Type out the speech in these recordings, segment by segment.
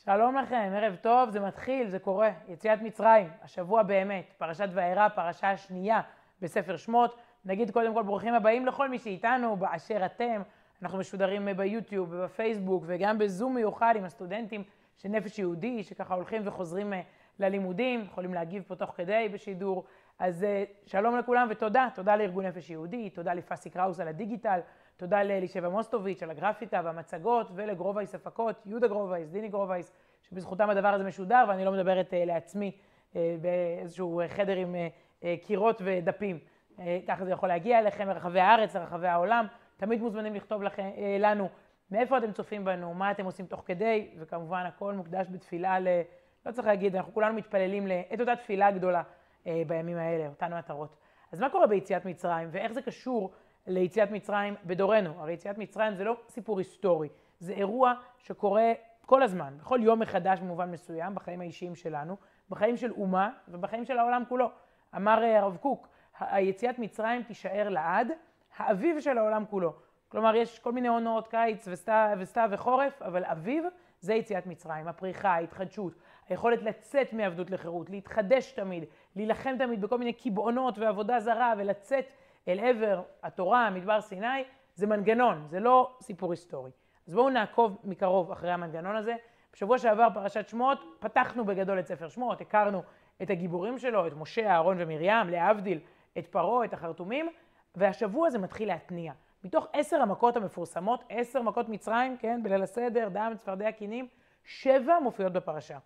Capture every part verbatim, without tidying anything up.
שלום לכם, ערב טוב, זה מתחיל, זה קורה, יציאת מצרים, השבוע באמת, פרשת וארא, פרשה השנייה בספר שמות. נגיד קודם כל ברוכים הבאים לכל מי שאיתנו, באשר אתם. אנחנו משודרים ביוטיוב ובפייסבוק וגם בזום מיוחד עם הסטודנטים של נפש יהודי, שככה הולכים וחוזרים ללימודים, יכולים להגיב פה תוך כדי בשידור. אז שלום לכולם ותודה, תודה לארגון נפש יהודי, תודה לפסי קראוס על הדיגיטל, תודה לאלישבע מוסטוביץ' על הגרפיקה והמצגות, ולגרובייס הפקות, יהודה גרובייס, דיני גרובייס, שבזכותם הדבר הזה משודר, ואני לא מדברת לעצמי באיזשהו חדר עם קירות ודפים. ככה זה יכול להגיע אליכם מרחבי הארץ, לרחבי העולם. תמיד מוזמנים לכתוב לכם, לנו מאיפה אתם צופים בנו, מה אתם עושים תוך כדי, וכמובן הכל מוקדש בתפילה ל... לא צריך להגיד, אנחנו כולנו מתפללים את אותה תפילה גדולה בימים האלה, אותן מטרות. אז מה קורה ביציאת מצרים, ואיך זה קשור ליציאת מצרים בדורנו? הרי יציאת מצרים זה לא סיפור היסטורי, זה אירוע שקורה כל הזמן, בכל יום מחדש במובן מסוים, בחיים האישיים שלנו, בחיים של אומה ובחיים של העולם כולו. אמר הרב קוק, היציאת מצרים תישאר לעד, האביב של העולם כולו. כלומר, יש כל מיני עונות, קיץ וסתיו, וסתיו וחורף, אבל אביב זה יציאת מצרים, הפריחה, ההתחדשות, היכולת לצאת מעבדות לחירות, להתחדש תמיד, להילחם תמיד בכל מיני קיבעונות ועבודה זרה, ולצאת אל עבר התורה, מדבר סיני, זה מנגנון, זה לא סיפור היסטורי. אז בואו נעקוב מקרוב אחרי המנגנון הזה. בשבוע שעבר פרשת שמות, פתחנו בגדול את ספר שמות, הכרנו את הגיבורים שלו, את משה, אהרון ומרים, להבדיל, את פרעה, את החרטומים, והשבוע זה מתחיל להתניע. מתוך עשר המכות המפורסמות, עשר מכות מצרים, כן, בליל הסדר, דם, צפרדע, קינים, שבע מופיעות בפרשה.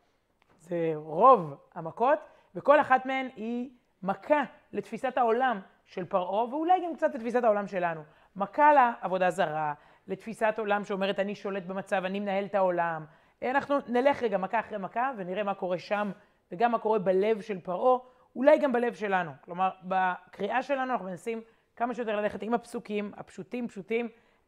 זה רוב המכות, וכל אחת מהן היא מכה לתפיסת העולם של פרעה, ואולי גם קצת לתפיסת העולם שלנו. מכה לעבודה זרה, לתפיסת עולם שאומרת אני שולט במצב, אני מנהל את העולם. אנחנו נלך רגע מכה אחרי מכה, ונראה מה קורה שם, וגם מה קורה בלב של פרעה, אולי גם בלב שלנו. כלומר, בקריאה שלנו אנחנו מנסים כמה שיותר ללכת עם הפסוקים, הפשוטים, פשוטים.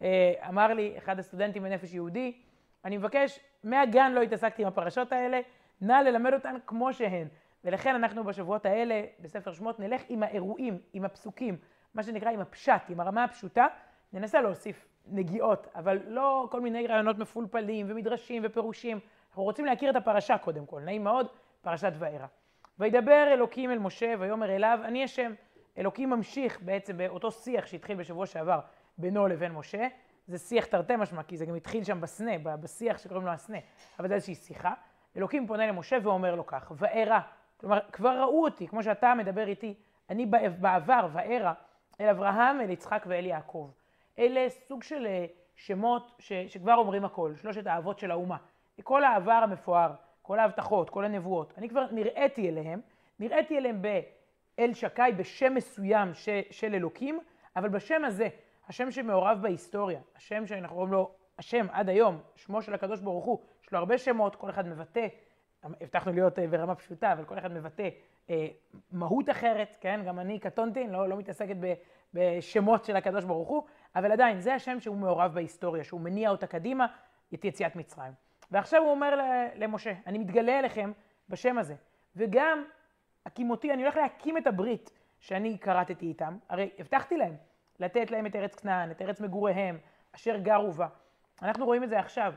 אמר לי אחד הסטודנטים בנפש יהודי, אני מבקש, מהגן לא התעסקתי עם הפרשות האלה, נא ללמד אותן כמו שהן. ולכן אנחנו בשבועות האלה, בספר שמות, נלך עם האירועים, עם הפסוקים, מה שנקרא עם הפשט, עם הרמה הפשוטה, ננסה להוסיף נגיעות, אבל לא כל מיני רעיונות מפולפלים ומדרשים ופירושים. אנחנו רוצים להכיר את הפרשה קודם כל, נעים מאוד, פרשת וארא. וידבר אלוקים אל משה ויאמר אליו, אני השם. אלוקים ממשיך בעצם באותו שיח שהתחיל בשבוע שעבר בינו לבין משה. זה שיח תרתי משמע, כי זה גם התחיל שם בסנה, בשיח שקוראים לו הסנה, אבל זה איזושהי שיחה. אלוקים פונה למשה ואומר לו כך, וארא. כלומר, כבר ראו אותי, כמו שאתה מדבר איתי, אני בעבר, וארא, אל אברהם, אל יצחק ואל יעקב. אלה סוג של שמות ש, שכבר אומרים הכל, שלושת האהבות של האומה. כל העבר המפואר, כל ההבטחות, כל הנבואות. אני כבר נראיתי אליהם, נראיתי אליהם באל שקי, בשם מסוים ש, של אלוקים, אבל בשם הזה, השם שמעורב בהיסטוריה, השם שאנחנו רואים לו, השם עד היום, שמו של הקדוש ברוך הוא, יש לו הרבה שמות, כל אחד מבטא, הבטחנו להיות ברמה פשוטה, אבל כל אחד מבטא אה, מהות אחרת, כן? גם אני קטונתי, לא, לא מתעסקת ב, בשמות של הקדוש ברוך הוא, אבל עדיין, זה השם שהוא מעורב בהיסטוריה, שהוא מניע אותה קדימה, את יציאת מצרים. ועכשיו הוא אומר למשה, אני מתגלה אליכם בשם הזה, וגם הקים אותי, אני הולך להקים את הברית שאני קראתי איתם, הרי הבטחתי להם, לתת להם את ארץ כנען, את ארץ מגוריהם, אשר גרו בה. אנחנו רואים את זה עכשיו,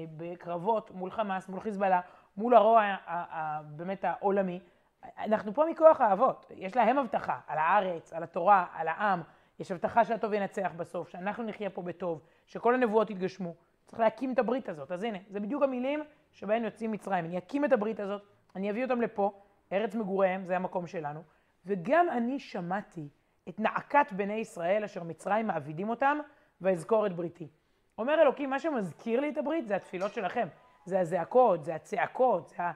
בקרבות מול חמאס, מול חיזבאללה, מול הרוע באמת העולמי. אנחנו פה מכוח האבות, יש להם הבטחה על הארץ, על התורה, על העם, יש הבטחה שהטוב ינצח בסוף, שאנחנו נחיה פה בטוב, שכל הנבואות יתגשמו. צריך להקים את הברית הזאת. אז הנה, זה בדיוק המילים שבהן יוצאים מצרים. אני אקים את הברית הזאת, אני אביא אותם לפה, ארץ מגוריהם, זה המקום שלנו, וגם אני שמעתי את נעקת בני ישראל אשר מצרים מעבידים אותם, ואזכור את בריתי. אומר אלוקים, מה שמזכיר לי את הברית זה התפילות שלכם. זה הזעקות, זה הצעקות, זה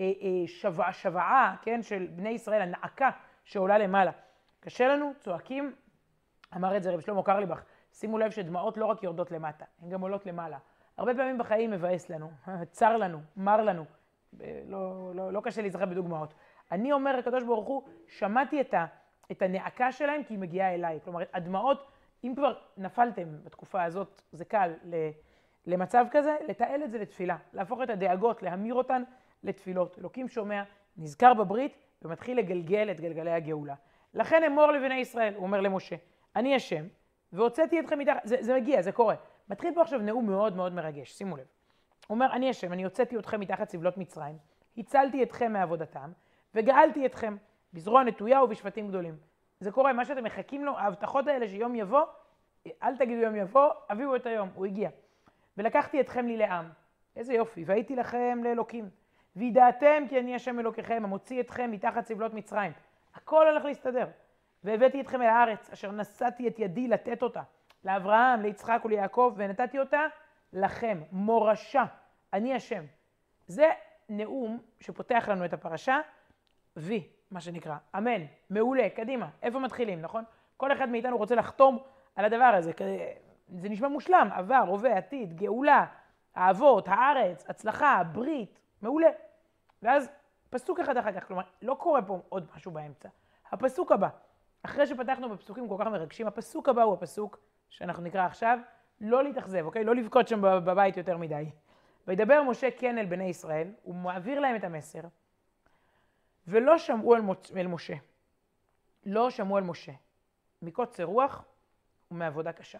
השוועה, כן, של בני ישראל, הנעקה שעולה למעלה. קשה לנו, צועקים, אמר את זה רב שלמה קרליבך, שימו לב שדמעות לא רק יורדות למטה, הן גם עולות למעלה. הרבה פעמים בחיים מבאס לנו, צר לנו, מר לנו, לא, לא, לא קשה להיזכר בדוגמאות. אני אומר, הקדוש ברוך הוא, שמעתי את, ה, את הנעקה שלהם כי היא מגיעה אליי. כלומר, הדמעות, אם כבר נפלתם בתקופה הזאת, זה קל למצב כזה, לתעל את זה לתפילה, להפוך את הדאגות, להמיר אותן לתפילות. אלוקים שומע, נזכר בברית ומתחיל לגלגל את גלגלי הגאולה. לכן אמור לבני ישראל, הוא אומר למשה, אני השם, והוצאתי אתכם מתחת, זה, זה מגיע, זה קורה. מתחיל פה עכשיו נאום מאוד מאוד מרגש, שימו לב. הוא אומר, אני השם, אני הוצאתי אתכם מתחת סבלות מצרים, הצלתי אתכם מעבודתם, וגאלתי אתכם בזרוע נטויה ובשבטים גדולים. זה קורה, מה שאתם מחכים לו, ההבטחות האלה שיום יבוא, אל תגידו יום יבוא, הביאו את היום, הוא הגיע. ולקחתי אתכם לי לעם. איזה יופי, והייתי לכם לאלוקים. וידעתם כי אני השם אלוקיכם, המוציא אתכם מתחת סבלות מצרים. הכל הולך להסתדר. והבאתי אתכם אל הארץ, אשר נשאתי את ידי לתת אותה, לאברהם, ליצחק וליעקב, ונתתי אותה לכם, מורשה, אני השם. זה נאום שפותח לנו את הפרשה, וי, מה שנקרא, אמן, מעולה, קדימה, איפה מתחילים, נכון? כל אחד מאיתנו רוצה לחתום על הדבר הזה, זה נשמע מושלם, עבר, הווה, עתיד, גאולה, האבות, הארץ, הצלחה, ברית, מעולה. ואז פסוק אחד אחר כך, כלומר, לא קורה פה עוד משהו באמצע. הפסוק הבא, אחרי שפתחנו בפסוקים כל כך מרגשים, הפסוק הבא הוא הפסוק שאנחנו נקרא עכשיו, לא להתאכזב, אוקיי? לא לבכות שם בבית יותר מדי. וידבר משה כן אל בני ישראל, הוא מעביר להם את המסר, ולא שמעו אל, מוצ... אל משה. לא שמעו אל משה. מקוצר רוח ומעבודה קשה.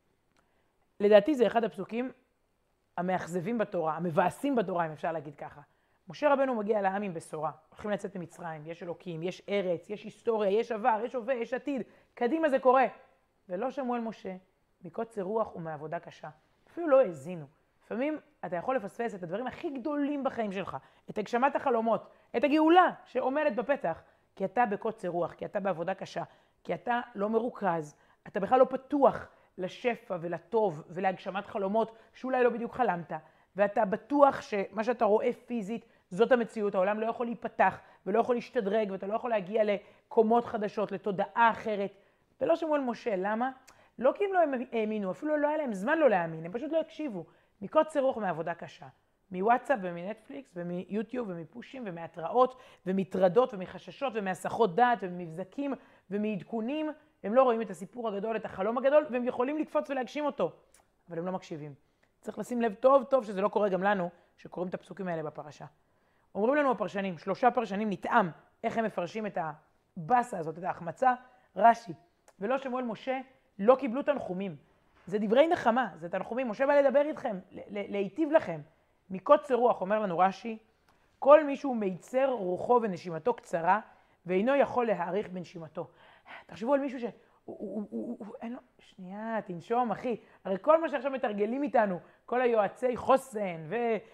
לדעתי זה אחד הפסוקים המאכזבים בתורה, המבאסים בתורה, אם אפשר להגיד ככה. משה רבנו מגיע לעם עם בשורה, הולכים לצאת ממצרים, יש אלוקים, יש ארץ, יש היסטוריה, יש עבר, יש הווה, יש עתיד, קדימה זה קורה. ולא שמעו אל משה, מקוצר רוח ומעבודה קשה. אפילו לא האזינו. לפעמים אתה יכול לפספס את הדברים הכי גדולים בחיים שלך, את הגשמת החלומות, את הגאולה שעומדת בפתח, כי אתה בקוצר רוח, כי אתה בעבודה קשה, כי אתה לא מרוכז, אתה בכלל לא פתוח לשפע ולטוב ולהגשמת חלומות שאולי לא בדיוק חלמת, ואתה בטוח שמה שאתה רואה פיזית זאת המציאות, העולם לא יכול להיפתח ולא יכול להשתדרג, ואתה לא יכול להגיע לקומות חדשות, לתודעה אחרת. ולא שמעו אל משה, למה? לא כי הם לא האמינו, אפילו לא היה להם זמן לא להאמין, הם פשוט לא הקשיבו. מקוצר רוח מעבודה קשה, מוואטסאפ ומנטפליקס ומיוטיוב ומפושים ומהתראות ומטרדות ומחששות ומהסחות דעת וממבזקים ומעדכונים, הם לא רואים את הסיפור הגדול, את החלום הגדול, והם יכולים לקפוץ ולהגשים אותו, אבל הם לא מקשיבים. צריך לשים לב טוב טוב שזה לא קורה גם לנו, שקוראים את הפסוקים האלה בפרשה. אומרים לנו הפרשנים, שלושה פרשנים נטעם איך הם מפרשים את הבאסה הזאת, את ההחמצה, רש"י. ולא שמעו אל משה, לא קיבלו תנחומים. זה דברי נחמה, זה תנחומים. משה בא לדבר איתכם, להיטיב לכם. מקוצר רוח, אומר לנו רש"י, כל מישהו מייצר רוחו ונשימתו קצרה, ואינו יכול להאריך בנשימתו. תחשבו על מישהו ש... הוא, הוא, הוא, הוא, אין לו... שנייה, תנשום, אחי. הרי כל מה שעכשיו מתרגלים איתנו, כל היועצי חוסן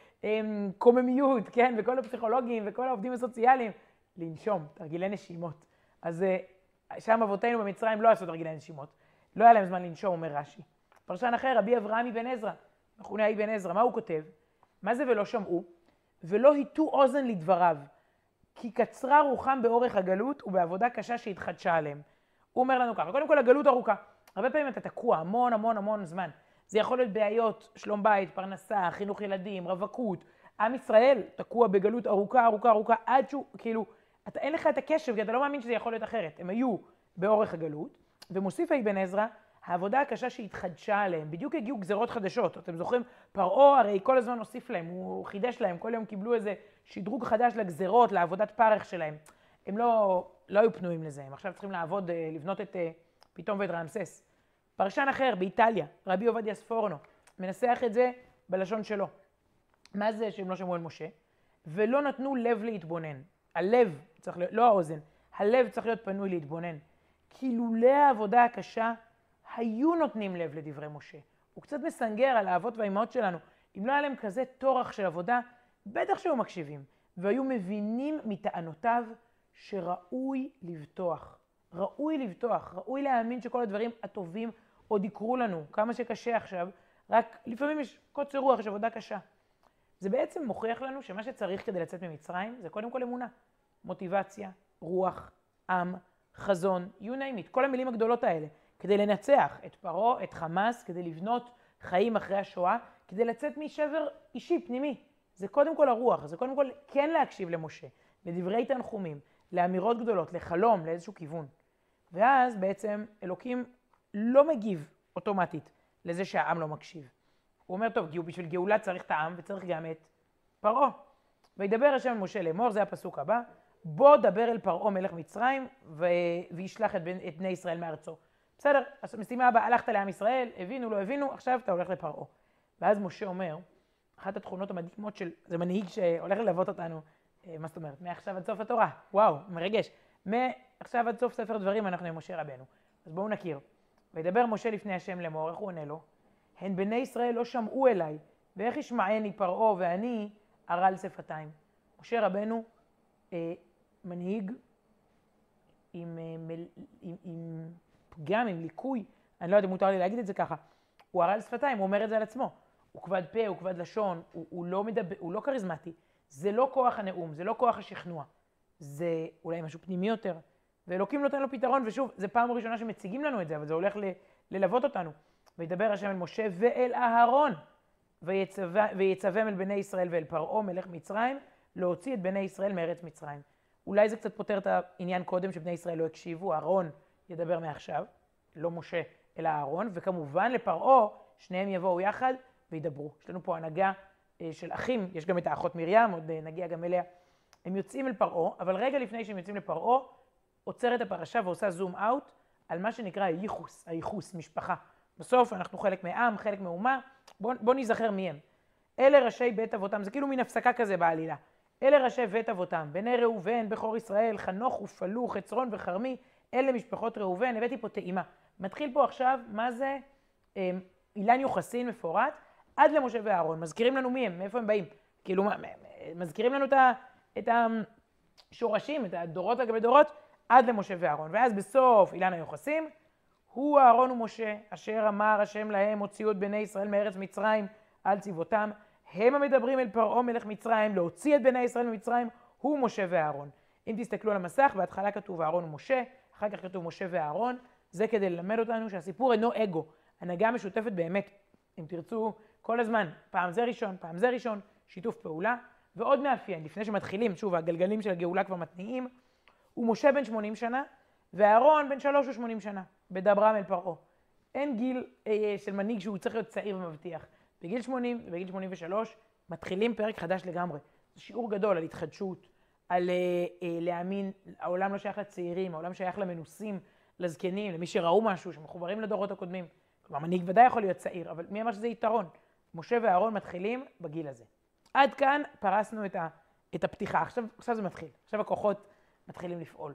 וקוממיות, כן? וכל הפסיכולוגים וכל העובדים הסוציאליים, לנשום, תרגילי נשימות. אז שם אבותינו במצרים לא עשו תרגילי נשימות. לא היה להם זמן לנשום, אומר רש"י. פרשן אחר, רבי אברהם אבן עזרא, מכונה אבן עזרא, מה הוא כותב? מה זה ולא שמעו? ולא היטו אוזן לדבריו, כי קצרה רוחם באורך הגלות ובעבודה קשה שהתחדשה עליהם. הוא אומר לנו ככה, קודם כל הגלות ארוכה. הרבה פעמים אתה תקוע המון המון המון זמן. זה יכול להיות בעיות, שלום בית, פרנסה, חינוך ילדים, רווקות. עם ישראל תקוע בגלות ארוכה ארוכה ארוכה עד שהוא, כאילו, אתה, אין לך את הקשב, כי אתה לא מאמין שזה יכול להיות אחרת. הם היו באורך הגלות, ומוסיף אבן עזרא, העבודה הקשה שהתחדשה עליהם. בדיוק הגיעו גזרות חדשות. אתם זוכרים, פרעה הרי כל הזמן הוסיף להם, הוא חידש להם, כל יום קיבלו איזה שדרוג חדש לגזרות, לעבודת פרח שלהם. הם לא, לא היו פנויים לזה, הם עכשיו צריכים לעבוד, לבנות את פתאום ואת רעמסס. פרשן אחר באיטליה, רבי עובדיה ספורנו, מנסח את זה בלשון שלו. מה זה שהם לא שמעו אל משה? ולא נתנו לב להתבונן. הלב צריך להיות, לא האוזן, הלב צריך להיות פנוי להתבונן. כי לולא העבודה הקשה, היו נותנים לב לדברי משה. הוא קצת מסנגר על האבות והאימהות שלנו. אם לא היה להם כזה תורח של עבודה, בטח שהיו מקשיבים. והיו מבינים מטענותיו שראוי לבטוח. ראוי לבטוח, ראוי להאמין שכל הדברים הטובים עוד יקרו לנו. כמה שקשה עכשיו, רק לפעמים יש קוצר רוח, יש עבודה קשה. זה בעצם מוכיח לנו שמה שצריך כדי לצאת ממצרים זה קודם כל אמונה. מוטיבציה, רוח, עם, חזון, you name it, כל המילים הגדולות האלה. כדי לנצח את פרעה, את חמאס, כדי לבנות חיים אחרי השואה, כדי לצאת משבר אישי, פנימי. זה קודם כל הרוח, זה קודם כל כן להקשיב למשה, לדברי תנחומים, לאמירות גדולות, לחלום, לאיזשהו כיוון. ואז בעצם אלוקים לא מגיב אוטומטית לזה שהעם לא מקשיב. הוא אומר, טוב, בשביל גאולה צריך את העם וצריך גם את פרעה. וידבר השם משה לאמור, זה הפסוק הבא, בוא דבר אל פרעה מלך מצרים ו... וישלח את, את בני ישראל מארצו. בסדר, אז המשימה הבאה, הלכת לעם ישראל, הבינו, לא הבינו, עכשיו אתה הולך לפרעה. ואז משה אומר, אחת התכונות המדהימות של, זה מנהיג שהולך ללוות אותנו, מה זאת אומרת? מעכשיו עד סוף התורה. וואו, מרגש. מעכשיו עד סוף ספר דברים אנחנו עם משה רבנו. אז בואו נכיר. וידבר משה לפני השם לאמור, איך הוא עונה לו? הן בני ישראל לא שמעו אליי, ואיך ישמעני פרעה ואני ערל שפתיים. משה רבנו אה, מנהיג עם, אה, עם, עם פגם, עם ליקוי, אני לא יודע אם מותר לי להגיד את זה ככה, הוא ערל שפתיים, הוא אומר את זה על עצמו. הוא כבד פה, הוא כבד לשון, הוא, הוא, לא מדבר, הוא לא כריזמטי. זה לא כוח הנאום, זה לא כוח השכנוע. זה אולי משהו פנימי יותר. ואלוקים נותן לו פתרון, ושוב, זה פעם ראשונה שמציגים לנו את זה, אבל זה הולך ל, ללוות אותנו. וידבר השם אל משה ואל אהרון, ויצווהם אל בני ישראל ואל פרעה מלך מצרים, להוציא את בני ישראל מארץ מצרים. אולי זה קצת פותר את העניין קודם שבני ישראל לא הקשיבו, אהרון ידבר מעכשיו, לא משה אלא אהרון, וכמובן לפרעה שניהם יבואו יחד וידברו. יש לנו פה הנהגה של אחים, יש גם את האחות מרים, עוד נגיע גם אליה. הם יוצאים אל פרעה, אבל רגע לפני שהם יוצאים לפרעה, עוצרת הפרשה ועושה זום אאוט על מה שנקרא הייחוס, הייחוס, משפחה. בסוף אנחנו חלק מעם, חלק מאומה, בוא, בוא נזכר מי הם. אלה ראשי בית אבותם, זה כאילו מין הפסקה כזה בעלילה. אלה ראשי בית אבותם, בני ראובן, בכור ישראל, חנוך ופלוך, חצרון וחרמי, אלה משפחות ראובן, הבאתי פה טעימה. מתחיל פה עכשיו, מה זה? אילן יוחסין מפורט, עד למשה ואהרון. מזכירים לנו מי הם, מאיפה הם באים. כאילו, מזכירים לנו את השורשים, את הדורות על גבי דורות, עד למשה ואהרון. ואז בסוף אילן היוחסין, הוא אהרון ומשה, אשר אמר השם להם, הוציאו את בני ישראל מארץ מצרים על צבאותם. הם המדברים אל פרעה מלך מצרים, להוציא את בני ישראל ממצרים, הוא משה ואהרון. אם תסתכלו על המסך, בהתחלה כתוב אהרון ומשה, אחר כך כתוב משה ואהרון. זה כדי ללמד אותנו שהסיפור אינו אגו. הנהגה משותפת באמת, אם תרצו, כל הזמן, פעם זה ראשון, פעם זה ראשון, שיתוף פעולה. ועוד מאפיין, לפני שמתחילים, שוב, הגלגלים של הגאולה כבר מתניעים, הוא משה בן שמונים שנה, ואהרון בן שלוש ושמונים שנה, בדברם אל פרעה. אין גיל אה, של מנהיג שהוא צריך להיות צעיר ומבטיח. בגיל שמונים ובגיל שמונים ושלוש מתחילים פרק חדש לגמרי. זה שיעור גדול על התחדשות, על אה, אה, להאמין, העולם לא שייך לצעירים, העולם שייך למנוסים, לזקנים, למי שראו משהו, שמחוברים לדורות הקודמים. כלומר, מנהיג ודאי יכול להיות צעיר, אבל מי אמר שזה יתרון? משה ואהרון מתחילים בגיל הזה. עד כאן פרסנו את, ה, את הפתיחה. עכשיו, עכשיו זה מתחיל. עכשיו הכוחות מתחילים לפעול.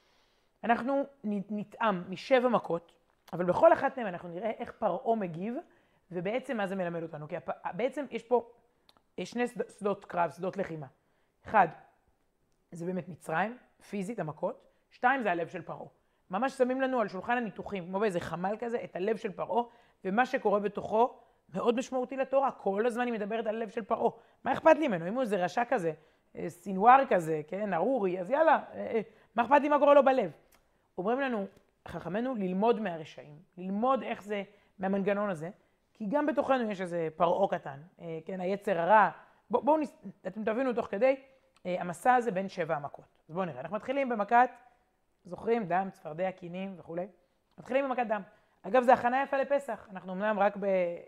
אנחנו נטעם משבע מכות, אבל בכל אחת מהם אנחנו נראה איך פרעה מגיב, ובעצם מה זה מלמד אותנו. כי בעצם יש פה שני שדות קרב, שדות לחימה. אחד, זה באמת מצרים, פיזית, המכות. שתיים, זה הלב של פרעה. ממש שמים לנו על שולחן הניתוחים, כמו באיזה חמל כזה, את הלב של פרעה, ומה שקורה בתוכו מאוד משמעותי לתורה. כל הזמן היא מדברת על הלב של פרעה. מה אכפת לי ממנו? אם הוא איזה רשע כזה, סינואר כזה, כן, ארורי, אז יאללה, מה אכפת לי מה קורה לו בלב? אומרים לנו, חכמנו, ללמוד מהרשעים, ללמוד איך זה, מהמנגנון הזה, כי גם בתוכנו יש איזה פרעה קטן, כן, היצר הרע. בואו, בוא, אתם תבינו תוך כדי, המסע הזה בין שבע המכות. אז בואו נראה, אנחנו מתחילים במכת, זוכרים, דם, צפרדע, קינים וכו'. מתחילים במכת דם. אגב, זה הכנה יפה לפסח. אנחנו אמנם רק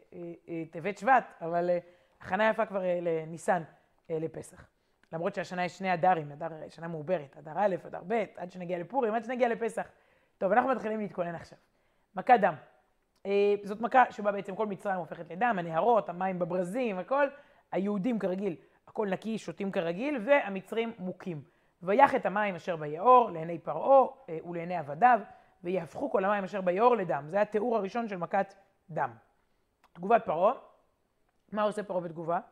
בטבת שבט, אבל הכנה יפה כבר לניסן לפסח. למרות שהשנה יש שני אדרים, אדר, שנה מעוברת, אדר א', אדר ב', עד שנגיע לפורים, עד שנגיע לפסח. טוב, אנחנו מתחילים להתכונן עכשיו. מכת דם. זאת מכה שבה בעצם כל מצרים הופכת לדם, הנהרות, המים בברזים, הכל. היהודים כרגיל, הכל נקי, שותים כרגיל, והמצרים מוכים. ויח את המים אשר ביאור לעיני פרעה ולעיני עבדיו, ויהפכו כל המים אשר ביאור לדם. זה התיאור הראשון של מכת דם. תגובת פרעה, מה עושה פרעה בתגובה?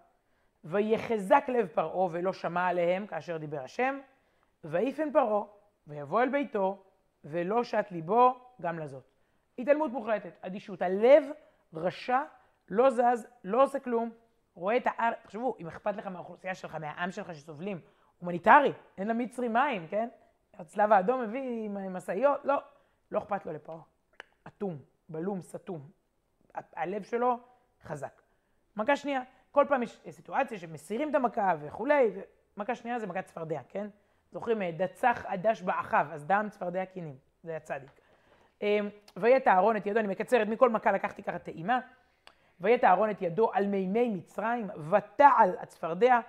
ויחזק לב פרעה ולא שמע עליהם כאשר דיבר השם, ויפן פרעה ויבוא אל ביתו ולא שת ליבו גם לזאת. התעלמות מוחלטת, אדישות, הלב רשע, לא זז, לא עושה כלום, רואה את הארץ. תחשבו, אם אכפת לך מהאוכלוסייה שלך, מהעם שלך שסובלים, הומניטרי, אין למצרי מים, כן? הצלב האדום מביא מסעיות, לא, לא אכפת לו לפרעה. אטום, בלום, סתום. הלב שלו חזק. מכה שנייה, כל פעם יש סיטואציה שמסירים את המכה וכולי, ומכה שנייה זה מכת צפרדע, כן? זוכרים, דצח עדש באחיו, אז דם צפרדע קינים, זה הצדיק. ויית אהרון את ידו, אני מקצרת, מכל מכה לקחתי ככה טעימה, ויית אהרון את ידו על מימי מצרים, ותעל הצפרדע,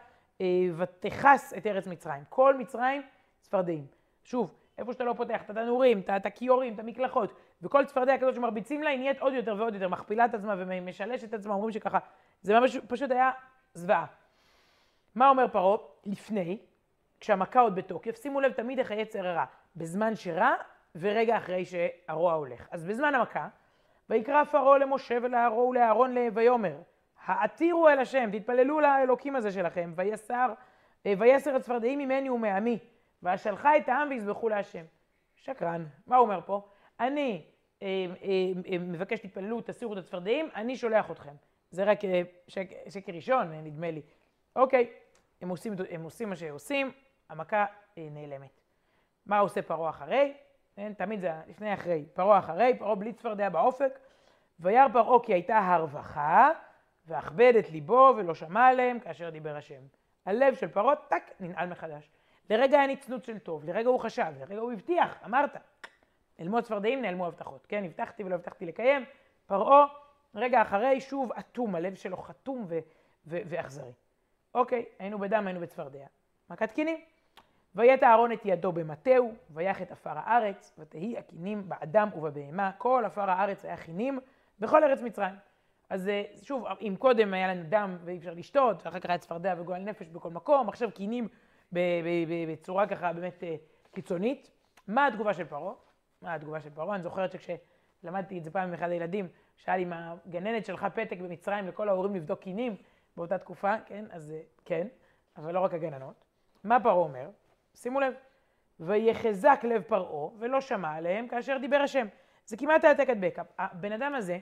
ותכס את ארץ מצרים. כל מצרים צפרדעים. שוב, איפה שאתה לא פותח, את התנורים, את הכיורים, את המקלחות, וכל צפרדע כזאת שמרביצים לה, היא נהיית עוד יותר ועוד יותר, מכפילה את עצמה ומשלשת את עצמה, אומרים שככה, זה ממש פשוט היה זוועה. מה אומר פרעה? לפני, כשהמכה עוד בתוקף, שימו לב תמיד איך היצר הרע, בזמן שרע ורגע אחרי שהרוע הולך. אז בזמן המכה, ויקרא פרעה למשה ולאהרון ולאהרון ויאמר, העתירו אל השם, תתפללו לאלוקים הזה שלכם, ויסר, ויסר הצפרדעים ממני ומעמי, ואשלחה את העם ויזבחו להשם. שקרן, מה הוא אומר פה? אני אה, אה, אה, מבקש תתפללו, תסירו את הצפרדעים, אני שולח אתכם. זה רק אה, שק, שקר ראשון, נדמה לי. אוקיי, הם עושים, הם עושים מה שעושים, המכה אה, נעלמת. מה עושה פרעה אחרי? כן, תמיד זה לפני אחרי. פרעה אחרי, פרעה בלי צפרדע באופק, וירא פרעה כי הייתה הרווחה, ואכבד את ליבו ולא שמע עליהם כאשר דיבר השם. הלב של פרעה, טק, ננעל מחדש. לרגע היה ניצנות של טוב, לרגע הוא חשב, לרגע הוא הבטיח, אמרת. נעלמו הצפרדעים, נעלמו הבטחות. כן, הבטחתי ולא הבטחתי לקיים. פרעה, רגע אחרי, שוב אטום, הלב שלו חתום ו- ו- ואכזרי. אוקיי, היינו בדם, היינו בצפרדע. מכת קינים. ויית אהרון את ידו במטהו, ויח את עפר הארץ, ותהי הקינים באדם ובבהמה. כל עפר הארץ היה קינים בכל ארץ מצרים. אז שוב, אם קודם היה לנו דם ואי אפשר לשתות, ואחר כך היה צפרדע וגועל נפש בכל מקום, עכשיו קינים בצורה ככה באמת קיצונית. מה התגובה של פרעה? מה התגובה של פרעה? אני זוכרת שכשלמדתי את זה פעם עם אחד הילדים, שאל אם הגננת שלחה פתק במצרים לכל ההורים לבדוק קינים באותה תקופה, כן? אז כן, אבל לא רק הגננות. מה פרעה אומר? שימו לב, ויחזק לב פרעה ולא שמע עליהם כאשר דיבר השם. זה כמעט העתק הדבק. הבן אדם הזה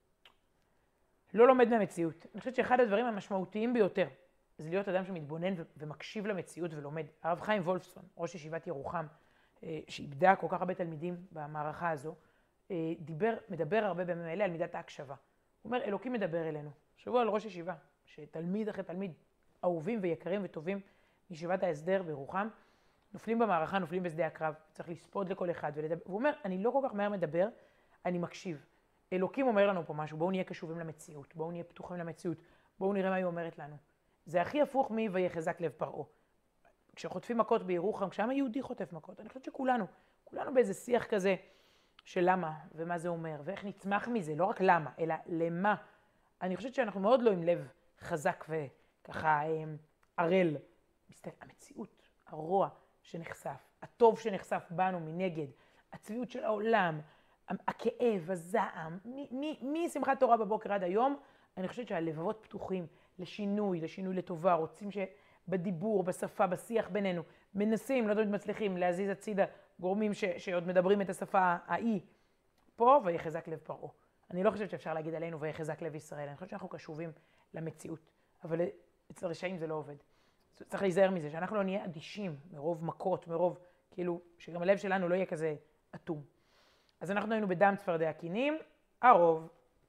לא לומד מהמציאות. אני חושבת שאחד הדברים המשמעותיים ביותר זה להיות אדם שמתבונן ומקשיב למציאות ולומד. הרב חיים וולפסון, ראש ישיבת ירוחם, שאיבדה כל כך הרבה תלמידים במערכה הזו, דיבר, מדבר הרבה בימים האלה על מידת ההקשבה. הוא אומר, אלוקים מדבר אלינו. שבוע על ראש ישיבה, שתלמיד אחרי תלמיד אהובים ויקרים וטובים מישיבת ההסדר בירוחם, נופלים במערכה, נופלים בשדה הקרב, צריך לספוד לכל אחד ולדבר. והוא אומר, אני לא כל כך מהר מדבר, אני מקשיב. אלוקים אומר לנו פה משהו, בואו נהיה קשובים למציאות, בואו נהיה פתוחים למציאות, בואו נראה מה היא אומרת לנו. זה הכי הפוך מי ויחזק לב פרעה. כשחוטפים מכות בירוחם, כשהעם היהודי חוטף מכות, אני חושבת שכולנו, כולנו באיזה שיח כזה של למה ומה זה אומר, ואיך נצמח מזה, לא רק למה, אלא למה. אני חושבת שאנחנו מאוד לא עם לב חזק וככה ערל. המציאות, הרוע שנחשף, הטוב שנחשף בנו מנגד, הצביעות של העולם, הכאב, הזעם, משמחת תורה בבוקר עד היום, אני חושבת שהלבבות פתוחים לשינוי, לשינוי לטובה, רוצים שבדיבור, בשפה, בשיח בינינו, מנסים, לא תמיד מצליחים להזיז הצידה גורמים ש, שעוד מדברים את השפה האי, פה ויחזק לב פרעה. אני לא חושבת שאפשר להגיד עלינו ויחזק לב ישראל, אני חושבת שאנחנו קשובים למציאות, אבל אצל רשעים זה לא עובד. צריך להיזהר מזה, שאנחנו לא נהיה אדישים מרוב מכות, מרוב, כאילו, שגם הלב שלנו לא יהיה כזה אטום. אז אנחנו היינו בדם צפרדע קינים, הרוב.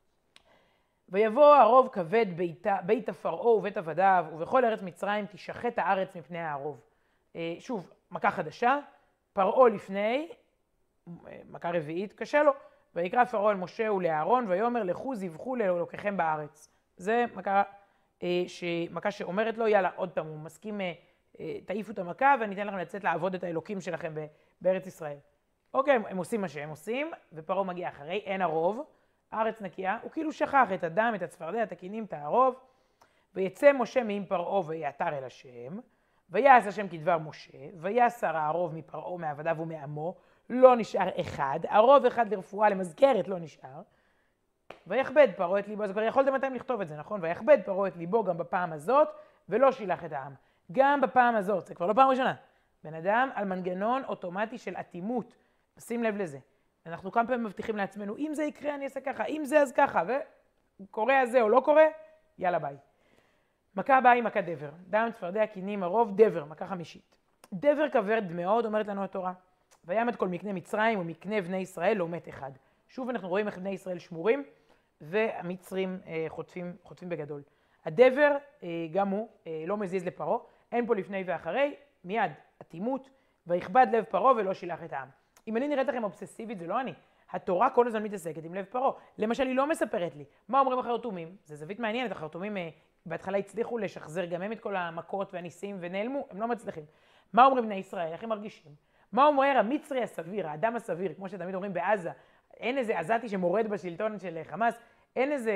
ויבוא הרוב כבד ביתה, בית הפרעה ובית עבדיו, ובכל ארץ מצרים תשחט הארץ מפני הערוב. שוב, מכה חדשה, פרעה לפני, מכה רביעית, קשה לו. ויקרא פרעה אל משה ולאהרון, ויאמר לכו זבחו לאלוקיכם בארץ. זה מכה, מכה שאומרת לו, יאללה, עוד פעם, הוא מסכים, תעיפו את המכה ואני אתן לכם לצאת לעבוד את האלוקים שלכם בארץ ישראל. אוקיי, הם עושים מה שהם עושים, ופרעה מגיע אחרי, אין הרוב, הארץ נקייה, הוא כאילו שכח את הדם, את הצפרדע, את הקינים, את הערוב, ויצא משה מעם פרעה ויעתר אל השם, ויעש השם כדבר משה, ויסר הערוב מפרעה, מעבדיו ומעמו, לא נשאר אחד, הרוב אחד לרפואה, למזכרת לא נשאר, ויכבד פרעה את ליבו, אז כבר יכולתם אתם לכתוב את זה, נכון? ויכבד פרעה את ליבו גם בפעם הזאת, ולא שילח את העם. גם בפעם הזאת, זה כבר לא פעם ראשונה. בן אדם על מנגנון אוטומטי של אטימות, שים לב לזה. אנחנו כמה פעמים מבטיחים לעצמנו, אם זה יקרה אני אעשה ככה, אם זה אז ככה, וקורה הזה או לא קורה, יאללה ביי. מכה הבאה היא מכה דבר. דם צפרדע קינים הרוב דבר, מכה חמישית. דבר כבד מאוד, אומרת לנו התורה. וימת כל מקנה מצרים ומקנה בני ישראל לא מת אחד. שוב אנחנו רואים איך בני ישראל שמורים, והמצרים אה, חוטפים, חוטפים בגדול. הדבר, אה, גם הוא, אה, לא מזיז לפרעה, אין פה לפני ואחרי, מיד, אטימות, ויכבד לב פרעה ולא שילח את העם. אם אני נראית לכם אובססיבית, זה לא אני. התורה כל הזמן מתעסקת עם לב פרעה. למשל, היא לא מספרת לי. מה אומרים החרטומים? זה זווית מעניינת, החרטומים אה, בהתחלה הצליחו לשחזר גם הם את כל המכות והניסים ונעלמו, הם לא מצליחים. מה אומרים בני ישראל? איך הם מרגישים? מה אומר המצרי הסביר, האדם הסביר, כמו שתמיד אומרים בעזה, אין איזה עזתי שמורד בשלטון של חמאס, אין איזה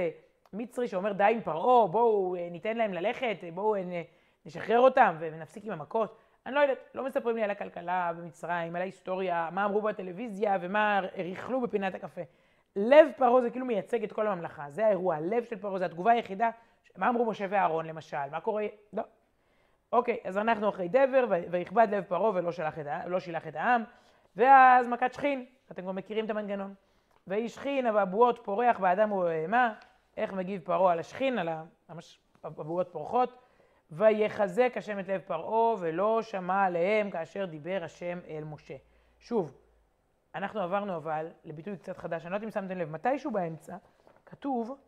מצרי שאומר די עם פרעה, בואו ניתן להם ללכת, בואו נשחרר אותם ונפסיק עם המכות. אני לא יודעת, לא מספרים לי על הכלכלה במצרים, על ההיסטוריה, מה אמרו בטלוויזיה ומה ריחלו בפינת הקפה. לב פרעה זה כאילו מייצג את כל הממלכה, זה האירוע, הלב של פרעה, זה התגובה היחידה. מה אמרו משה ואהרון למשל, מה קורה? לא. אוקיי, אז אנחנו אחרי דבר, ויכבד לב פרעה ולא שלח את, לא שילח את העם, ואז מכת שכין, אתם כבר מכירים את המנגנון. ויהי שכין, אבעבועות פורח באדם ובבהמה, איך מגיב פרעה על השכין, על אבעבועות פורחות, ויחזק השם את לב פרעה ולא שמע עליהם כאשר דיבר השם אל משה. שוב, אנחנו עברנו אבל לביטוי קצת חדש, אני לא יודעת אם שמתם לב, מתישהו באמצע כתוב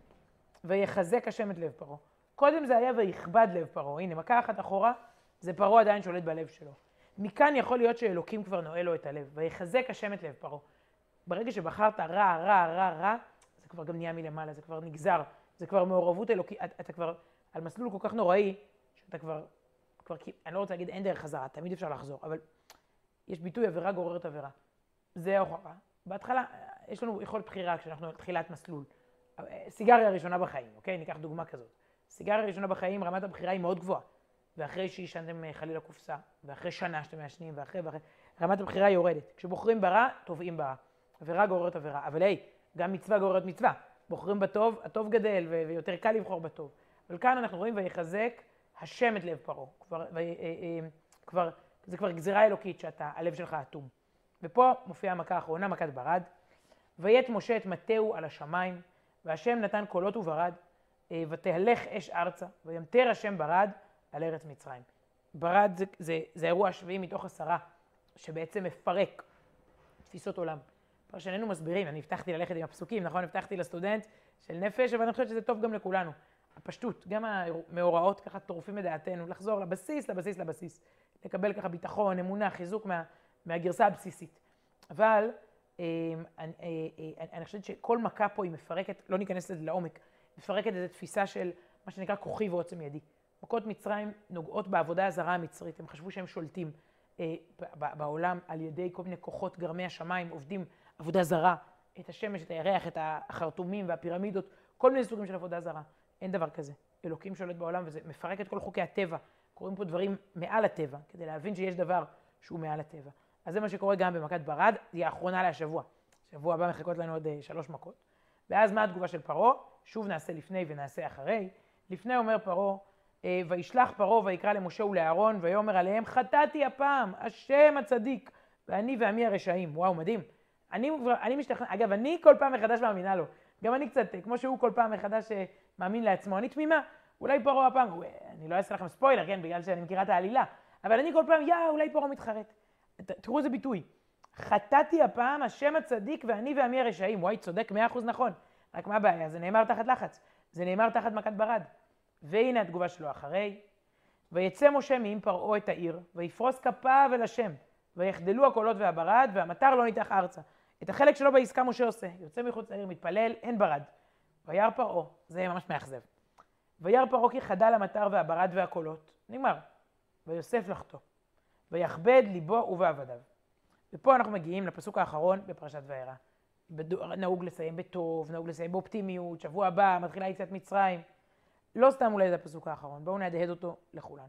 ויחזק השם את לב פרעה. קודם זה היה ויכבד לב פרעה, הנה מכה אחת אחורה, זה פרעה עדיין שולט בלב שלו. מכאן יכול להיות שאלוקים כבר נועל לו את הלב, ויחזק השם את לב פרעה. ברגע שבחרת רע, רע, רע, רע, זה כבר גם נהיה מלמעלה, זה כבר נגזר, זה כבר מעורבות אלוקית, אתה, אתה כבר על מסלול כל כך נוראי, שאתה כבר, כבר, אני לא רוצה להגיד אין דרך חזרה, תמיד אפשר לחזור, אבל יש ביטוי עבירה גוררת עבירה. זה ההוכחה. בהתחלה, יש לנו יכולת בחירה כשאנחנו תחילת מסלול. סיגריה ראשונה בחיים, אוקיי? ניקח דוגמה כזאת. סיגריה ראשונה בחיים, רמת הבחירה היא מאוד גבוהה. ואחרי שישנתם חלילה קופסה, ואחרי שנה שאתם מעשנים, ואחרי ואחרי, רמת הבחירה יורדת. כשבוחרים ברע, תובעים ברע. עבירה גוררת עבירה. אבל היי, גם מצווה גוררת מצווה. בוחרים בטוב, הטוב גדל, ויותר קל לבחור בטוב. אבל כאן אנחנו רואים ויחזק השם את לב פרעה. כבר, ו, כבר, זה כבר גזירה אלוקית שאתה, הלב שלך אטום. ופה מופיעה המכה האחרונה, מכת ברד. ויית משה את מטהו על השמיים, והשם נתן קולות וברד, ותהלך אש ארצה, וימטר השם ברד על ארץ מצרים. ברד זה, זה, זה אירוע שביעי מתוך עשרה, שבעצם מפרק תפיסות עולם. פרשננו מסבירים, אני הבטחתי ללכת עם הפסוקים, נכון? הבטחתי לסטודנט של נפש, אבל אני חושבת שזה טוב גם לכולנו. הפשטות, גם המאורעות ככה טורפים את דעתנו, לחזור לבסיס, לבסיס, לבסיס. לקבל ככה ביטחון, אמונה, חיזוק מה, מהגרסה הבסיסית. אבל אני, אני, אני חושבת שכל מכה פה היא מפרקת, לא ניכנס לזה לעומק, מפרקת איזו תפיסה של מה שנקרא כוחי ועוצם ידי. מכות מצרים נוגעות בעבודה הזרה המצרית, הם חשבו שהם שולטים אה, בעולם על ידי כל מיני כוחות גרמי השמיים, עובדים עבודה זרה, את השמש, את הירח, את החרטומים והפירמידות, כל מיני סוגים של עבודה זרה. אין דבר כזה. אלוקים שולט בעולם וזה מפרק את כל חוקי הטבע. קוראים פה דברים מעל הטבע, כדי להבין שיש דבר שהוא מעל הטבע. אז זה מה שקורה גם במכת ברד, היא האחרונה להשבוע. שבוע הבא מחכות לנו עוד שלוש מכות. ואז מה התגובה של פרעה? שוב נעשה לפני ונעשה אחרי. לפני אומר פרעה, וישלח פרעה ויקרא למשה ולאהרון, ויאמר עליהם, חטאתי הפעם, השם הצדיק, ואני ועמי הרשעים. וואו, מדהים. אני, אני משתכנע, אגב, אני כל פעם מחדש מאמינה לו. גם אני קצת, כמו שהוא כל פעם מחדש מאמין לעצמו, אני תמימה. אולי פרעה הפעם, אני לא אעשה לכם ספוילר, כן, בגלל שאני מכירה את העלילה. אבל אני כל פעם, יא, אולי פרעה מתחרט. תראו איזה ביטוי. חטאתי הפעם, השם הצדיק ואני ועמי הרשעים. וואי, צודק, מאה אחוז נכון. רק מה הבעיה? זה נאמר תחת לחץ. זה נאמר תחת מכת ברד. והנה התגובה שלו אחרי. ויצא משה מעם פרעה את העיר, ויפרוס כפיו אל השם, ויחדלו הקולות והברד, והמטר לא ניתח ארצה. את החלק שלו בעסקה משה עושה. יוצא מחוץ לעיר, מתפלל, אין ברד. וירא פרעה, זה ממש מאכזב. וירא פרעה כי חדל המטר והברד והקולות. נגמר. ויוסף לחטוא. ויכבד ליבו ובעבדיו. ופה אנחנו מגיעים לפסוק האחרון בפרשת וירא. נהוג לסיים בטוב, נהוג לסיים באופטימיות, שבוע הבא, מתחילה יציאת מצרים. לא סתם אולי זה הפסוק האחרון, בואו נהדהד אותו לכולנו.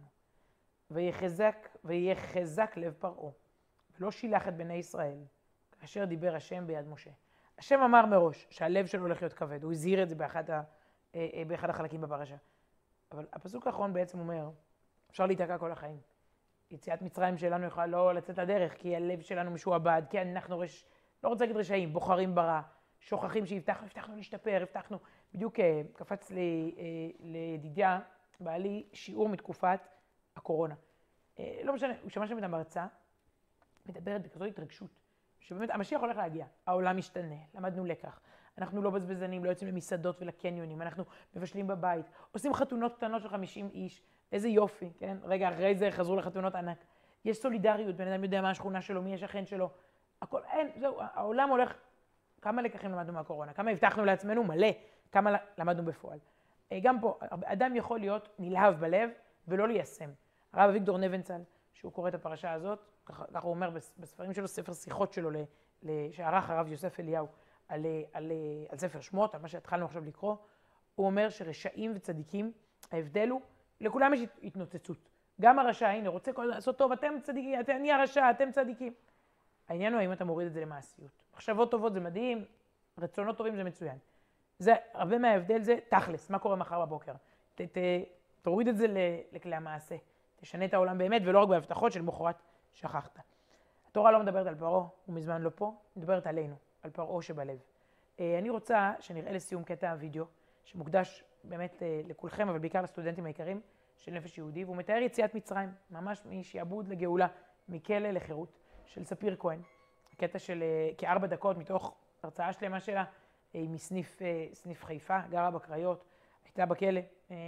ויחזק, ויחזק לב פרעה, ולא שילח את בני ישראל, כאשר דיבר השם ביד משה. השם אמר מראש שהלב שלו הולך להיות כבד, הוא הזהיר את זה באחד, ה, באחד החלקים בפרשה. אבל הפסוק האחרון בעצם אומר, אפשר להתעקע כל החיים. יציאת מצרים שלנו יכולה לא לצאת לדרך, כי הלב שלנו משועבד, כי אנחנו רש... לא רוצה להגיד רשעים, בוחרים ברע, שוכחים שהבטחנו, הבטחנו להשתפר, הבטחנו. בדיוק קפץ לי, לידידיה, בעלי שיעור מתקופת הקורונה. לא משנה, הוא שמע שם את המרצה, מדברת בכזאת התרגשות, שבאמת המשיח הולך להגיע, העולם משתנה, למדנו לקח, אנחנו לא בזבזנים, לא יוצאים למסעדות ולקניונים, אנחנו מבשלים בבית, עושים חתונות קטנות של חמישים איש, איזה יופי, כן? רגע, אחרי זה חזרו לחתונות ענק. יש סולידריות, בן אדם יודע מה השכונה שלו, מי יש השכן שלו. הכל, אין, זהו, העולם הולך, כמה לקחים למדנו מהקורונה, כמה הבטחנו לעצמנו, מלא, כמה למדנו בפועל. גם פה, אדם יכול להיות נלהב בלב ולא ליישם. הרב אביגדור נבנצל, שהוא קורא את הפרשה הזאת, ככה הוא אומר בספרים שלו, ספר שיחות שלו, שערך הרב יוסף אליהו, על, על, על ספר שמות, על מה שהתחלנו עכשיו לקרוא, הוא אומר שרשעים וצדיקים, ההבדל הוא, לכולם יש התנוצצות. גם הרשע, הנה, רוצה לעשות טוב, אתם צדיקים, אתם, אני הרשע, אתם צדיקים. העניין הוא האם אתה מוריד את זה למעשיות. מחשבות טובות זה מדהים, רצונות טובים זה מצוין. זה, הרבה מההבדל זה תכלס, מה קורה מחר בבוקר. ת, ת, תוריד את זה לכלי המעשה. תשנה את העולם באמת, ולא רק בהבטחות של מוחרת שכחת. התורה לא מדברת על פרעה, הוא מזמן לא פה, היא מדברת עלינו, על פרעה שבלב. אני רוצה שנראה לסיום קטע הוידאו, שמוקדש באמת לכולכם, אבל בעיקר לסטודנטים העיקרים של נפש יהודי, והוא מתאר יציאת מצרים, ממש משעבוד לגאולה, מכלא לחירות, של ספיר כהן. קטע של כארבע דקות מתוך הרצאה שלמה שלה, היא מסניף סניף חיפה, גרה בקריות, הייתה בכלא,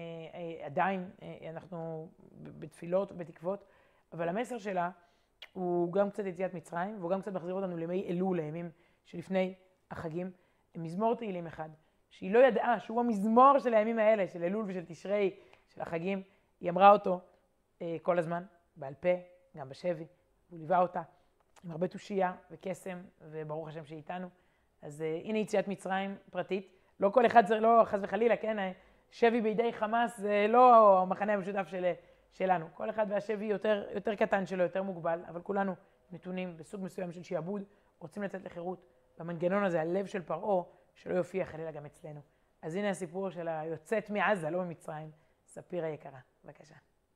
עדיין אנחנו בתפילות ובתקוות, אבל המסר שלה הוא גם קצת יציאת מצרים, והוא גם קצת מחזיר אותנו לימי אלול, לימים שלפני החגים, מזמור תהילים אחד, שהיא לא ידעה שהוא המזמור של הימים האלה, של אלול ושל תשרי, של החגים, היא אמרה אותו כל הזמן, בעל פה, גם בשבי, הוא ליווה אותה, עם הרבה תושייה וקסם, וברוך השם שאיתנו. אז uh, הנה יציאת מצרים פרטית. לא כל אחד זה לא חס וחלילה, כן? שבי בידי חמאס זה לא המחנה המשותף של, שלנו. כל אחד והשבי יותר, יותר קטן שלו, יותר מוגבל, אבל כולנו נתונים בסוג מסוים של שיעבוד, רוצים לצאת לחירות. במנגנון הזה, הלב של פרעה, שלא יופיע חלילה גם אצלנו. אז הנה הסיפור של היוצאת מעזה, לא ממצרים, ספיר היקרה. בבקשה.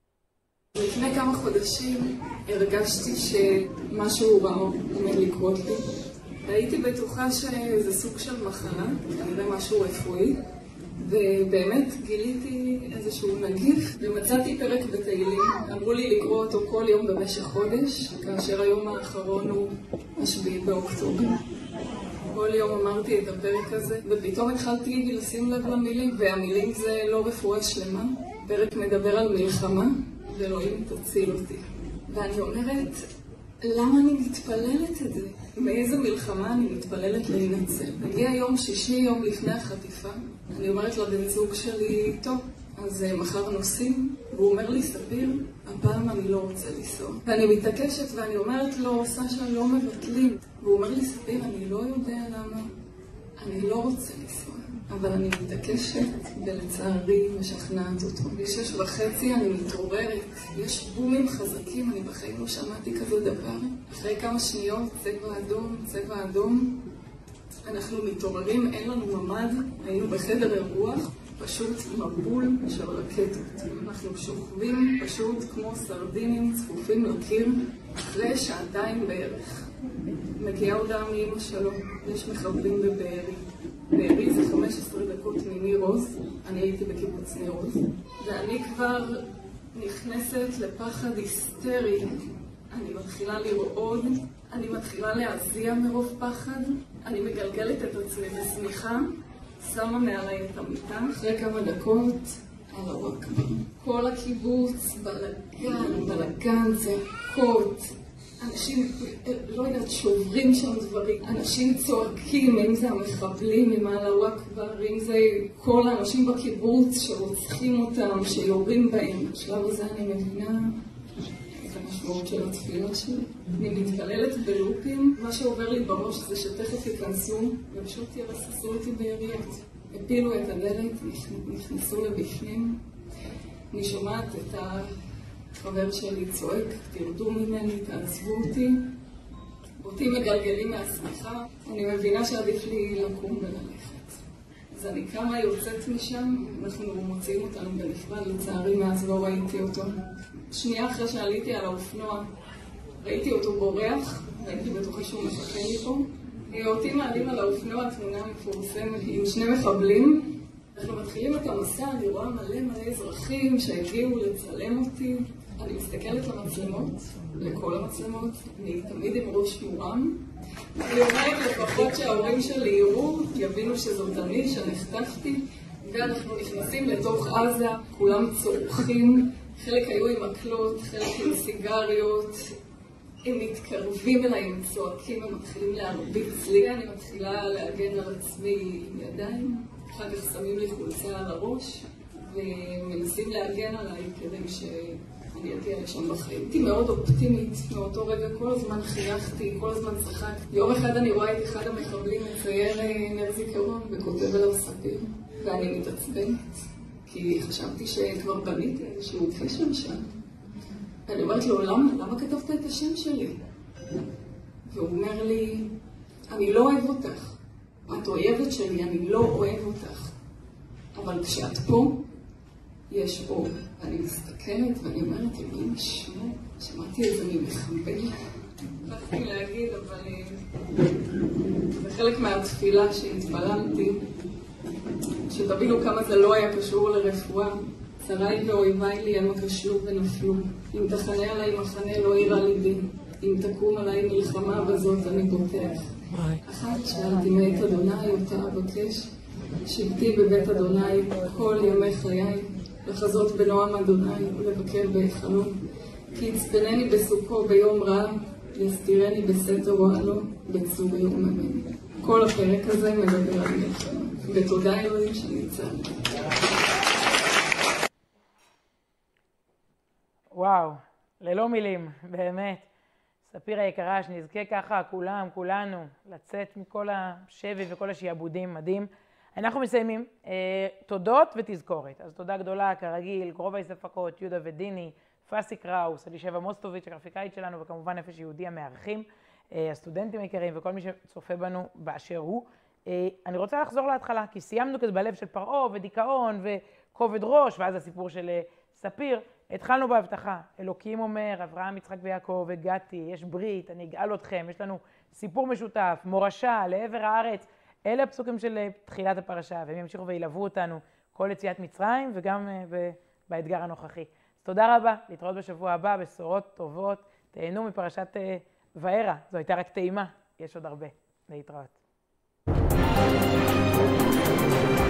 לפני כמה חודשים הרגשתי שמשהו רע עומד לקרות לי. הייתי בטוחה שזה סוג של מחלה, כנראה משהו רפואי, ובאמת גיליתי איזשהו נגיף, ומצאתי פרק בתהילים. אמרו לי לקרוא אותו כל יום במשך חודש, כאשר היום האחרון הוא השביעי באוקטובר. כל יום אמרתי את הפרק הזה, ופתאום התחלתי לשים לב למילים, והמילים זה לא רפואה שלמה. פרק מדבר על מלחמה, ואלוהים תציל אותי. ואני אומרת, למה אני מתפללת את זה? מאיזה מלחמה אני מתפללת להינצל? הגיע יום שישי, יום לפני החטיפה, אני אומרת לבן זוג שלי, טוב, אז מחר נוסעים, והוא אומר לי, ספיר, הפעם אני לא רוצה לנסוע. ואני מתעקשת ואני אומרת לו, סשה, לא מבטלים. והוא אומר לי, ספיר, אני לא יודע למה, אני לא רוצה לנסוע. אבל אני מתעקשת, ולצערי משכנעת אותו. בשש וחצי אני מתעוררת, יש בומים חזקים, אני בחיים לא שמעתי כזה דבר. אחרי כמה שניות, צבע אדום, צבע אדום, אנחנו מתעוררים, אין לנו ממד, היינו בחדר אירוח, פשוט מבול של רקטות. אנחנו שוכבים פשוט כמו סרדינים צפופים לקיר, אחרי שעתיים בערך. מגיעה הודעה מאמא שלו, יש מחבלים בבארי. בארי זה חמש עשרה דקות מניר עוז, אני הייתי בקיבוץ ניר עוז, ואני כבר נכנסת לפחד היסטרי. אני מתחילה לרעוד, אני מתחילה להזיע מרוב פחד, אני מגלגלת את עצמי בשמיכה, שמה מעליי את המיטה. אחרי כמה דקות, אללהו אכבר. כל הקיבוץ, בלגן, בלגן, צעקות. אנשים, לא יודעת, שוברים שם דברים. אנשים צועקים, אם זה המחבלים, אם אללהו אכבר, אם זה כל האנשים בקיבוץ שרוצחים אותם, שיורים בהם. בשלב הזה אני מבינה את המשמעות של התפילה שלי. אני מתפללת בלופים. מה שעובר לי בראש זה שתכף ייכנסו, ופשוט ירססו אותי ביריות. הפילו את הדלת, נכנסו לבפנים. אני שומעת את ה... חבר שלי צועק, תרדו ממני, תעזבו אותי. אותי מגלגלים מהשמיכה, אני מבינה שעדיף לי לקום וללכת. אז אני כמה יוצאת משם, אנחנו מוציאים אותנו בנפרד, לצערי מאז לא ראיתי אותו. שנייה אחרי שעליתי על האופנוע, ראיתי אותו בורח, ראיתי בטוחה שהוא מחכה לי פה. אותי מעלים על האופנוע, תמונה מפורסמת עם שני מחבלים. אנחנו מתחילים את המסע, אני רואה מלא מלא אזרחים שהגיעו לצלם אותי. אני מסתכלת למצלמות, לכל המצלמות, אני תמיד עם ראש מורם. אני אומרת לפחות שההורים שלי יראו, יבינו שזאת אני, שנחטפתי, ואנחנו נכנסים לתוך עזה, כולם צורכים, חלק היו עם מקלות, חלק עם סיגריות, הם מתקרבים אליי, הם צועקים, הם מתחילים להרביץ לי, אני מתחילה להגן על עצמי עם ידיים, אחר כך שמים לי חולצה על הראש, ומנסים להגן עליי כדי שאני אגיע לשם בחיים. הייתי מאוד אופטימית מאותו רגע, כל הזמן חייכתי, כל הזמן צחקתי. יום אחד אני רואה את אחד המחבלים מצייר נר זיכרון וכותב עליו ספיר, ואני מתעצבנת, כי חשבתי שכבר בניתי איזשהו קשר שם. ואני אומרת לו, למה? למה כתבת את השם שלי? והוא אומר לי, אני לא אוהב אותך. את אוהבת שלי, אני לא אוהב אותך. אבל כשאת פה, יש אור. אני מסתכלת ואני אומרת, אלוהים ישמור, שמעתי איזה ממחבל. הלכתי להגיד, אבל זה חלק מהתפילה שהתפללתי, שתבינו כמה זה לא היה קשור לרפואה. צריי ואויביי לי המה כשלו ונפלו. אם תחנה עליי מחנה לא ירא ליבי. אם תקום עליי מלחמה בזאת אני בוטח. אחת שאלתי מאת אדוני אותה אבקש, שבתי בבית אדוני כל ימי חיי, לחזות בנועם אדוני ולבקר בהיכלו. כי יצפנני בסוכו ביום רע, יסתירני בסתר אוהלו, בצור יום ממני. כל הפרק הזה מדבר על מלחמה. ותודה אלוהים שנמצא. וואו, ללא מילים, באמת. ספיר היקרה, שנזכה ככה כולם, כולנו, לצאת מכל השבי וכל השיעבודים, מדהים. אנחנו מסיימים. אה, תודות ותזכורת. אז תודה גדולה, כרגיל, קרובה יספקות, יהודה ודיני, פסי קראוס, אלישבע מוסטוביץ', הגרפיקאית שלנו, וכמובן נפש יהודי המארחים, אה, הסטודנטים היקרים וכל מי שצופה בנו באשר הוא. אה, אני רוצה לחזור להתחלה, כי סיימנו כזה בלב של פרעה ודיכאון וכובד ראש, ואז הסיפור של אה, ספיר. התחלנו בהבטחה, אלוקים אומר, אברהם, יצחק ויעקב, הגעתי, יש ברית, אני אגאל אתכם, יש לנו סיפור משותף, מורשה, לעבר הארץ. אלה הפסוקים של תחילת הפרשה, והם ימשיכו וילוו אותנו כל יציאת מצרים וגם באתגר הנוכחי. אז תודה רבה, להתראות בשבוע הבא, בשורות טובות, תהנו מפרשת וארא, זו הייתה רק טעימה, יש עוד הרבה. להתראות.